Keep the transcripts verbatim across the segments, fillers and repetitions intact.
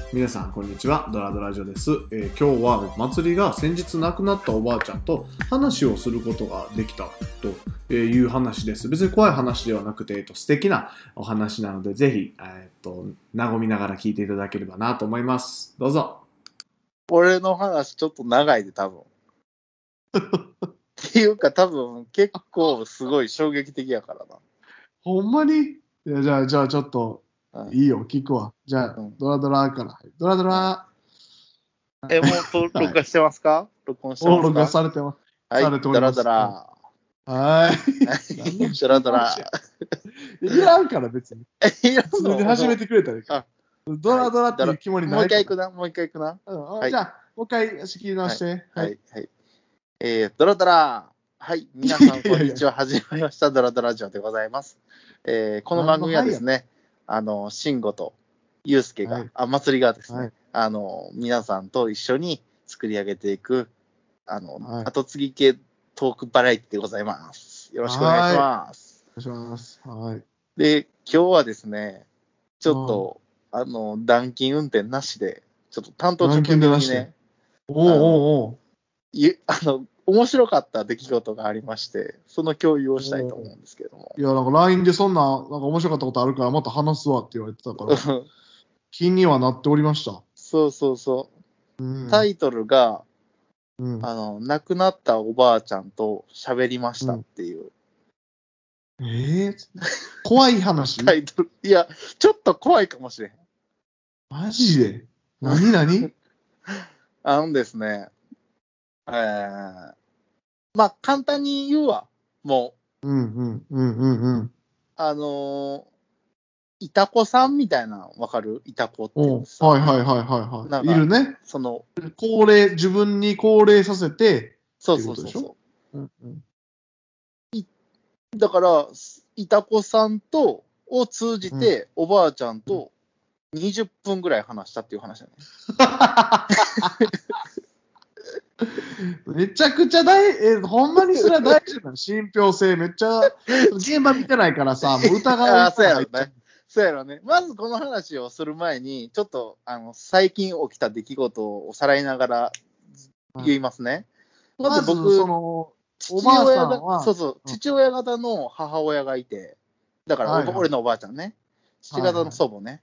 皆さんこんにちは、ドラドラジオです、えー、今日は祭りが先日亡くなったおばあちゃんと話をすることができたという話です。別に怖い話ではなくて、えー、と素敵なお話なので、ぜひ、えー、と和みながら聞いていただければなと思います。どうぞ。 俺の話ちょっと長いで多分っていうか多分結構すごい衝撃的やからな。 ほんまに？いや、じゃあじゃあちょっといいよ、聞くわ。じゃあ、うん、ドラドラから。ドラドラ。 え、もう録画してますか？はい、録音してますか？ 録画されてます。 はい、されております。ドラドラ。 はい。 ドラドラ。 いらんから別に。 いらんの？ 普通に始めてくれたらいいから。ドラドラっていう決まりない。 もう一回行くな、もう一回行くな。 うん、はい、じゃあ、もう一回仕切り直して。はい、 はい。はい、はい、えー、ドラドラ。はい、皆さんこんにちは。始まりました。ドラドラジオでございます。えー、この番組はですね、あの、慎吾とゆうすけが、はい、あ、祭りがですね、はい、あの、皆さんと一緒に作り上げていく、あの、はい、後継ぎ系トークバラエティでございます。よろしくお願いします。 お願いします。はい。 で、今日はですね、ちょっと、あの、断金運転なしで、ちょっと担当直入にね、 おうおうおう。 あの、面白かった出来事がありまして、その共有をしたいと思うんですけれども。 いや、なんか ライン でそんな、なんか面白かったことあるからまた話すわって言われてたから、気にはなっておりました。 そうそうそう。うん、タイトルが、うん、あの、亡くなったおばあちゃんと喋りましたっていう。 うん、えー、怖い話タイトル。いや、ちょっと怖いかもしれへん。 マジで？何何あのですね、えー、まあ、簡単に言うわ、もう。うんうんうんうんうん。 あのー、いたこさんみたいなの分かる？いたこってさ。はいはいはいはいはい。いるね。 その、 高齢、自分に高齢させて、 そうそうそうそう。うんうん、いだから、いたこさんと、を通じて、うん、おばあちゃんとにじゅっぷんぐらい話したっていう話だね。 めちゃくちゃ大、え、ほんまにそれは大事なの？信憑性めっちゃ、現場見てないからさ、もう疑う。 あ、そうやろね。そうやろね。まずこの話をする前に、ちょっと、あの、最近起きた出来事をさらいながら言いますね。 まず僕、まずその、 父親が、そうそう、父親方の母親がいて、だから、はいはい、俺のおばあちゃんね、父方の祖母ね、はいはい、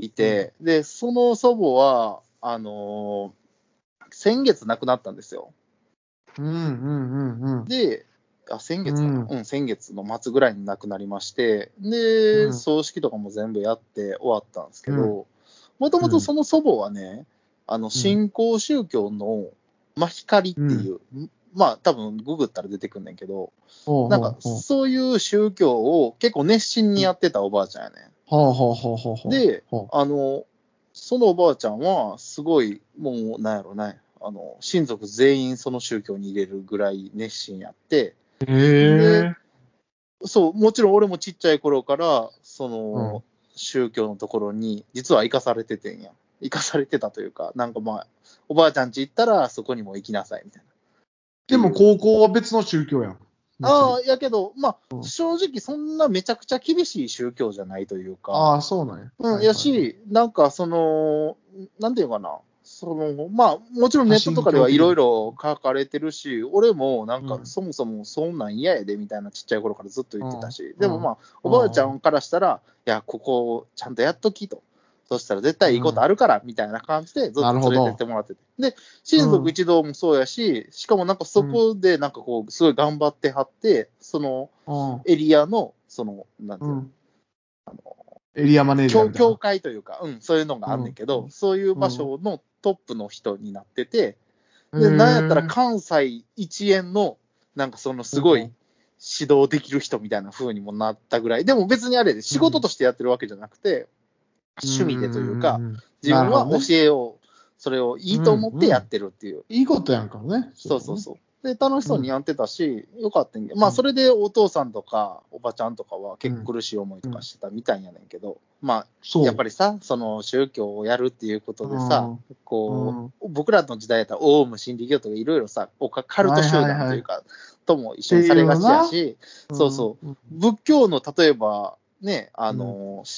いて、うん、で、その祖母は、あのー、先月亡くなったんですよ。 うんうんうんうん。 で、あ、先月かな、うん、うん、先月の末ぐらいに亡くなりまして、で、うん、葬式とかも全部やって終わったんですけど、もともとその祖母はね、あの、新興宗教の、まあ、光っていう、うん、まあ、多分ググったら出てくんねんけど、うん、なんか、そういう宗教を結構熱心にやってたおばあちゃんやねん。で、あの、そのおばあちゃんは、すごい、もう、なんやろね、あの、親族全員その宗教に入れるぐらい熱心やって、 へー。そう、もちろん俺もちっちゃい頃から、その、うん、宗教のところに、実は生かされててんや。生かされてたというか、なんかまあ、おばあちゃん家行ったらそこにも行きなさいみたいな。 でも高校は別の宗教やん。 ああ、やけど、まあ、うん、正直そんなめちゃくちゃ厳しい宗教じゃないというか。 ああ、そうなんや。 うん、やし、なんかその、なんていうかな。そのまあ、もちろんネットとかではいろいろ書かれてるし、俺もなんかそもそもそんなん嫌やでみたいなちっちゃい頃からずっと言ってたし、うん、でもまあ、おばあちゃんからしたら、いや、ここちゃんとやっときと。そしたら絶対いいことあるからみたいな感じでずっと連れてってもらってて。で、親族一同もそうやし、しかもなんかそこでなんかこう、すごい頑張ってはって、そのエリアの、その、なんていうの、うん、あの、 エリアマネージャーみたいな教会というか、うん、そういうのがあんねんけど、うん、そういう場所のトップの人になってて、うん、で、なんやったら関西一円の、なんかそのすごい指導できる人みたいな風にもなったぐらい、でも別にあれで仕事としてやってるわけじゃなくて、うん、趣味でというか、自分は教えを、それをいいと思ってやってるっていう。うんうん、 いいことやんかね。 そうそうそう。で、楽しそうにやってたし、うん、よかったんけど、まあ、それでお父さんとか、おばちゃんとかは結構苦しい思いとかしてたみたいやねんけど、うん、まあ、やっぱりさ、その宗教をやるっていうことでさ、うん、こう、うん、僕らの時代だったら、オウム真理教とかいろいろさ、カルト集団というか、はいはいはい、とも一緒にされがちやし、そうそう、仏教の例えば、ね、あの、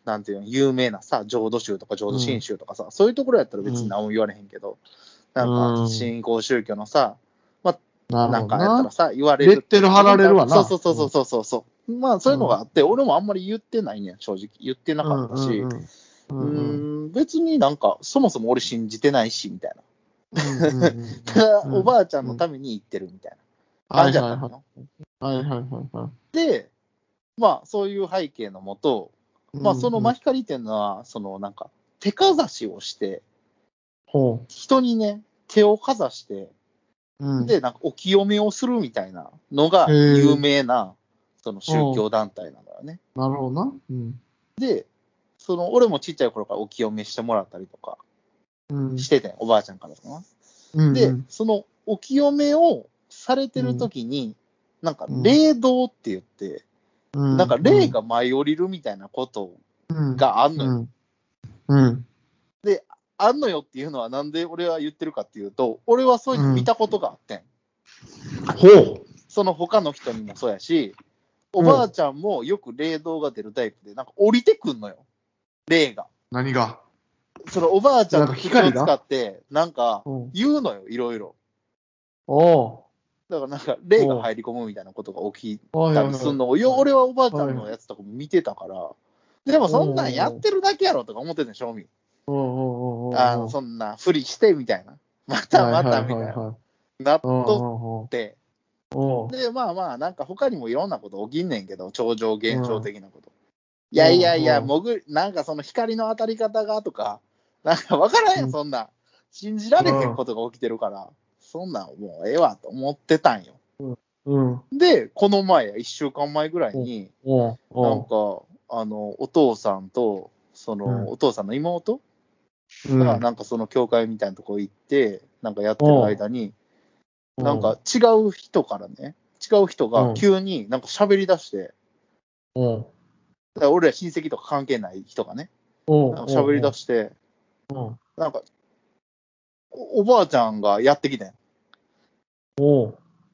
なんていうの、有名なさ、浄土宗とか浄土真宗とかさ、うん、そういうところやったら別に何も言われへんけど、うん、なんか、新興宗教のさ、まあ、なんかやったらさ、言われる。 レッテル貼られるわな。 そうそうそうそうそうそう。うん、まあ、そういうのがあって、俺もあんまり言ってないねん、正直。言ってなかったし、うんうんうん、うん別になんか、そもそも俺信じてないし、みたいな。ただ、おばあちゃんのために言ってるみたいな感じだったのよ。 はいはいはいはい。 で、まあ、そういう背景のもと、まあ、そのマヒカリっていうのは、そのなんか、手かざしをして、 ほう人にね、手をかざして、うん、で、なんかお清めをするみたいなのが有名な、その宗教団体なんだよね。 なるほどな。うん、 で、その、俺もちっちゃい頃からお清めしてもらったりとかしてて、うん、おばあちゃんからとかな。うんうん、で、そのお清めをされてる時に、うん、なんか霊道って言って、うん、なんか霊が舞い降りるみたいなことがあんのよ。 うんうん、 で、あんのよっていうのはなんで俺は言ってるかっていうと、俺はそういうの見たことがあってん。 ほう。 その他の人にもそうやし、おばあちゃんもよく霊道が出るタイプで、なんか降りてくんのよ。霊が。 何が？ そのおばあちゃんの光を使って、なんか言うのよ、いろいろ。 おだからなんか霊が入り込むみたいなことが起きたりするのを、よ俺はおばあちゃんのやつとかも見てたから、でもそんなんやってるだけやろとか思ってたん、正味。あの、そんなふりしてみたいな。またまたみたいな。なっとって。で、まあまあ、なんか他にもいろんなこと起きんねんけど、超常現象的なこと。いやいやいや、潜なんかその光の当たり方がとか、なんかわからんやん、そんな。信じられへんことが起きてるから、そんなんもうええわと思ってたんよ。で、この前、いっしゅうかんまえぐらいに、なんか、あの、お父さんと、その、お父さんの妹が、なんかその教会みたいなとこ行って、なんかやってる間に、なんか違う人からね、違う人が急になんか喋り出して、だから俺ら親戚とか関係ない人がね、なんか喋り出して、なんかお、おばあちゃんがやってきてん。 お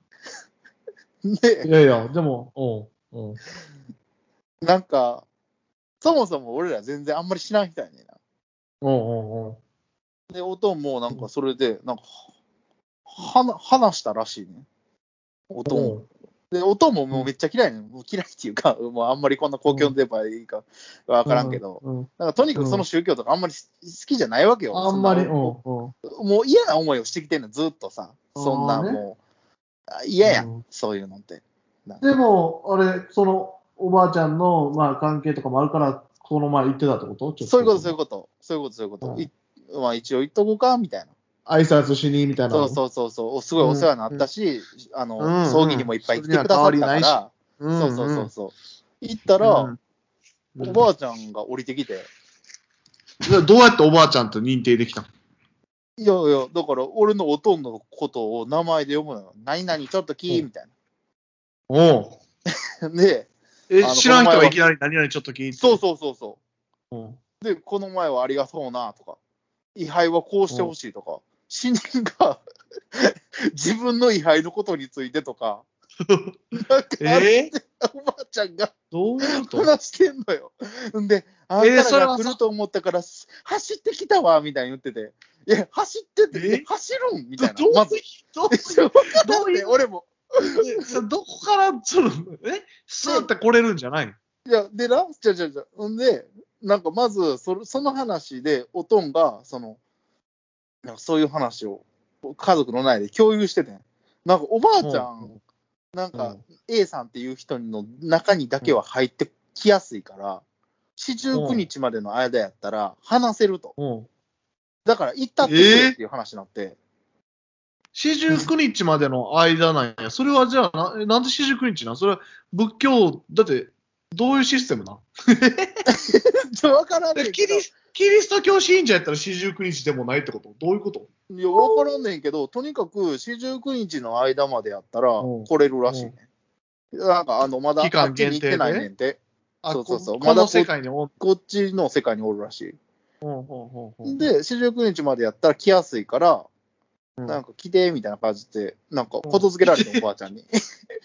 で、いやいや、でも、おおなんか、そもそも俺ら全然あんまり知らん人やねんな。 おおおで、音もなんかそれで、なんか、は話したらしいね。音も。で、音ももうめっちゃ嫌いね、もう嫌いっていうか、もうあんまりこんな公共の電波でいいかわからんけど、うんうん、なんかとにかくその宗教とかあんまり好きじゃないわけよ。 あんまり、 もう、もう嫌な思いをしてきてんの、ずっとさ。そんなもう、嫌や、うん、そういうのって。 でも、あれ、その、おばあちゃんの、まあ、関係とかもあるから、この前言ってたってこと？ そういうこと、そういうこと。そういうこと、そういうこと。うん、まあ、一応言っとこうか、みたいな。 挨拶しにみたいな。 そうそうそうそう。すごいお世話になったし、うん、あの、うん、葬儀にもいっぱい来てくださったから、うん、そうそうそうそう。行ったら、うん、おばあちゃんが降りてきて。 どうやっておばあちゃんと認定できたの？ いやいや、だから俺のおとんのことを名前で呼ぶのよ。何々ちょっときーみたいな。 おうで、 え、知らん人がいきなり何々ちょっと聞いて。 そうそうそうそう。うん、で、この前はありがとうなとか、位牌はこうしてほしいとか、死人が自分の位牌のことについてとか、なんかえー、おばあちゃんがどういうこと話してんのよ。んで、あんたらが来ると思ったから走ってきたわみたいに言ってて、いや、走ってて、走るんみたいな。 どういうまず、 どういう俺も。 どこからその、えスーって来れるんじゃないの？ いや、でな、じゃじゃじゃ、ほんで、なんかまずそ、その話で、おとんが、その、なんかそういう話を家族の内で共有しててん。なんかおばあちゃん、うん、なんか A さんっていう人の中にだけは入ってきやすいから、四十九日までの間やったら話せると。うん、だから行ったってくれっていう話になって。 四十九日までの間なんや。それはじゃあな、なんで四十九日なん？それは仏教、だって、どういうシステムなん？ ちょ、わからんねんけど。 キリス、キリスト教信者やったら四十九日でもないってこと？どういうこと？ いや、わからんねんけど、とにかく四十九日の間までやったら来れるらしいね。なんか、あの、まだ、 期間限定であっちに行ってないねんて。 そうそうそう。まだ世界におこっちの世界におるらしい。で、四十九日までやったら来やすいから、なんか来てみたいな感じで、なんかことづけられて、おばあちゃんに。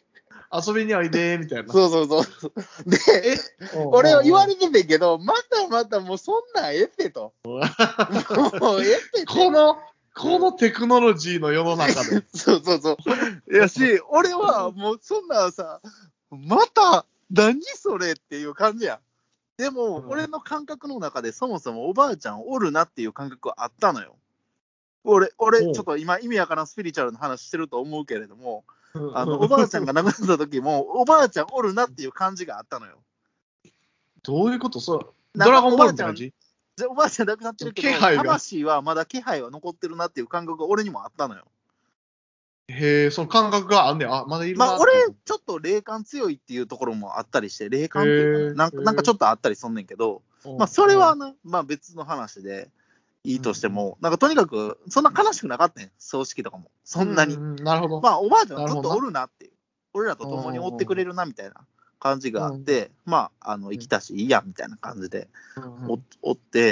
遊びにおいでーみたいな。 そうそうそう。で、俺は言われててんけど、またまたもうそんなんええってと。もうええってと。 この、このテクノロジーの世の中で。 そうそうそう。いやし、俺はもうそんなんさ、また何それっていう感じやん。でも、うん、俺の感覚の中でそもそもおばあちゃんおるなっていう感覚はあったのよ。俺、俺、ちょっと今意味わからんスピリチュアルな話してると思うけれども、あの、おばあちゃんが亡くなった時も、おばあちゃんおるなっていう感じがあったのよ。 どういうこと？そう、ドラゴンボールって感じ？ おばあちゃん亡くなってるけど、魂はまだ気配は残ってるなっていう感覚が俺にもあったのよ。 へえ、その感覚があんねん。あ、まだいるな。 まあ、俺、ちょっと霊感強いっていうところもあったりして、霊感っていうか、なんか、なんかちょっとあったりすんねんけど、まあ、それはな、まあ別の話でいいとしても、うん、なんかとにかく、そんな悲しくなかったねん、葬式とかも。そんなに。 うんうん、なるほど。 まあ、おばあちゃんずっとおるなっていう。俺らと共に追ってくれるなみたいな感じがあって、うん、まあ、あの、生きたしいいやみたいな感じで、うん、おって、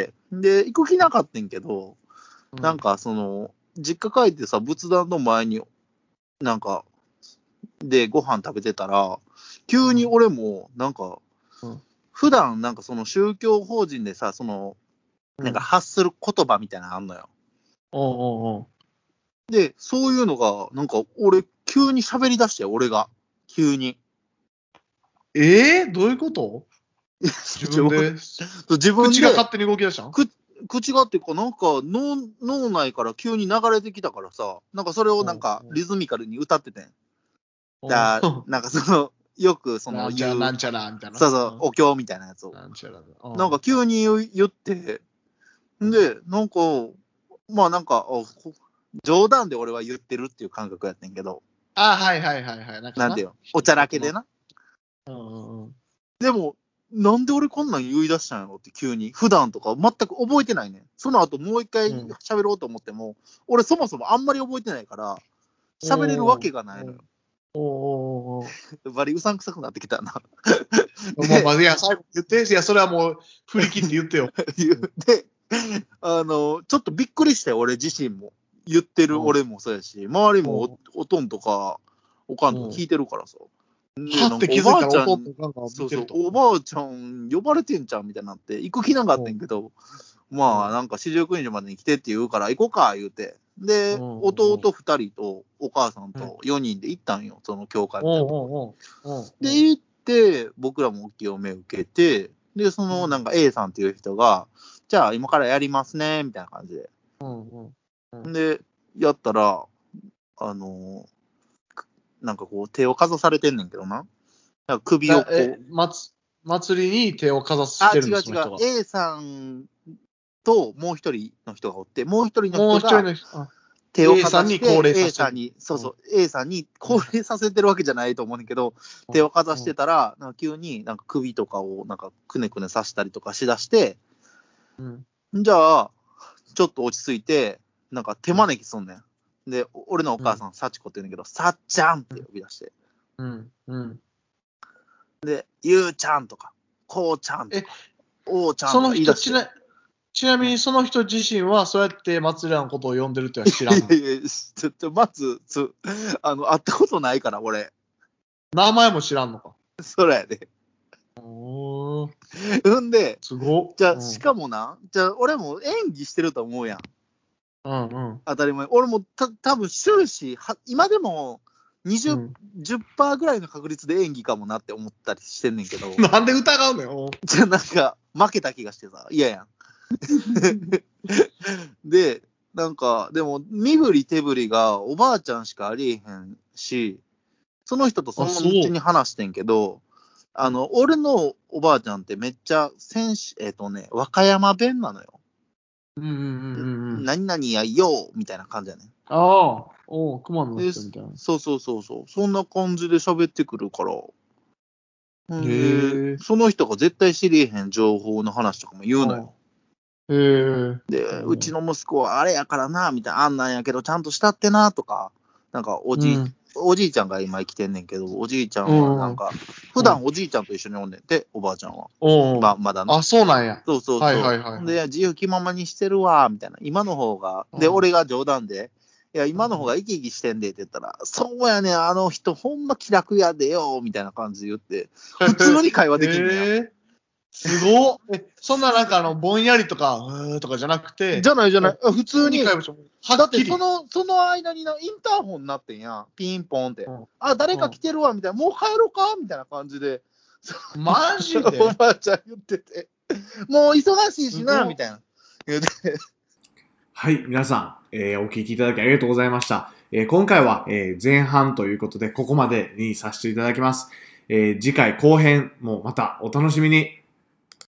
で、行く気なかったんけど、うん、なんかその、実家帰ってさ、仏壇の前に、なんか、で、ご飯食べてたら、急に俺も、なんか、うん、普段なんかその宗教法人でさ、その、なんか発する言葉みたいなのあんのよ。 うん、おうおうおう。 で、そういうのが、なんか俺、急に喋り出して、俺が。急に。 えー、どういうこと？自分で自分で口が勝手に動き出したの？ く口がっていうか、なんか脳、脳内から急に流れてきたからさ、なんかそれをなんかリズミカルに歌っててん。だなんかその、よくそのなんちゃらなんちゃらみたいな。 そうそう、お経みたいなやつを。なんちゃらだ。なんか急に言って、で、なんか、まあなんか、冗談で俺は言ってるっていう感覚やってんけど。 あ、はいはいはいはい。 なんかな、なんていうの、おちゃらけでな。うんうん、でも、なんで俺こんなん言い出したんやろって急に。普段とか全く覚えてないねん。その後もう一回喋ろうと思っても、うん、俺そもそもあんまり覚えてないから、喋れるわけがないのよ。おおおお。バリうさんくさくなってきたな。 まあまあ、いや、最後言って、いや、それはもう振り切って言ってよ。 で、あの、ちょっとびっくりして俺自身も。言ってる俺もそうやし、周りも お, おとんとかおかんとか聞いてるからさ。 はって気づいたらおとんとかが見てると。そうそう、おばあちゃん呼ばれてんちゃうみたいになって、行く気なかったんやけど、まあなんか四十九日までに来てって言うから行こうか言うて。で、弟二人とお母さんとよにんで行ったんよ、その教会みたいなとこで行って、僕らもお清め受けて、で、そのなんか A さんっていう人が、じゃあ今からやりますね、みたいな感じで。うんうんで、やったら、あのー、なんかこう、手をかざされてんねんけどな。なんか首をこう。 祭祭りに手をかざしてるんですか？あ、違う違う。A さんともう一人の人がおって、もう一人の人が手をかざして、A さんに、そうそう、うん、A さんに高齢させてるわけじゃないと思うんだけど、うん、手をかざしてたら、なんか急になんか首とかをなんかくねくねさしたりとかしだして、うん、じゃあ、ちょっと落ち着いて、なんか手招きすんねん。で、俺のお母さん、うん、幸子って言うんだけど、さっちゃんって呼び出して。うんうん、で、ゆうちゃんとか、こうちゃんとか、おうちゃんとか言い出して。 その人ちな、ちなみにその人自身はそうやって祭りのことを呼んでるっては知らんの？ いやいや、ちょっとまず、つあの、会ったことないから、俺。 名前も知らんのか？ そらやで。おー。んで、 すごじゃあ、うん、しかもな、じゃあ、俺も演技してると思うやん。 うんうん、 当たり前。俺もた多分終始は、今でもにじゅう、うん、じゅっパーセント ぐらいの確率で演技かもなって思ったりしてんねんけど。 なんで疑うのよ。 じゃあなんか負けた気がしてさ、嫌やん。で、なんか、でも身振り手振りがおばあちゃんしかありえへんし、その人とその道に話してんけど、あ, あの、俺のおばあちゃんってめっちゃ戦士、えっ、ー、とね、和歌山弁なのよ。うんうんうんうん、何々やよみたいな感じやね。 ああ、おう、熊野の人みたいな。 そうそうそうそう。そんな感じで喋ってくるから。へえ。その人が絶対知りえへん情報の話とかも言うのよ。へえ。で、うちの息子はあれやからな、みたいな、あんなんやけどちゃんとしたってな、とか、なんかおじい、うん、おじいちゃんが今生きてんねんけど、おじいちゃんはなんか、うん、普段おじいちゃんと一緒におんねんて、おばあちゃんは。うん、ままだね。 あ、そうなんや。 そうそうそう。はいはいはい、で、自由気ままにしてるわ、みたいな。今の方が、で、俺が冗談で、 いや、今の方が生き生きしてんでって言ったら、そうやね、あの人ほんま気楽やでよ、みたいな感じで言って、普通に会話できるんや。 えー、すごっ。え、そんななんかあの、ぼんやりとか、うーとかじゃなくて。 じゃないじゃない。普通に。 はっきり。 だってその、その間にな、インターホンになってんや。ピンポンって。うん、あ、誰か来てるわ、みたいな。もう帰ろうかみたいな感じで。 マジでおばあちゃん言ってて。もう忙しいしな、みたいな。言って。 はい、皆さん、えー、お聞きいただきありがとうございました。えー、今回は、えー、前半ということで、ここまでにさせていただきます。えー、次回後編もまたお楽しみに。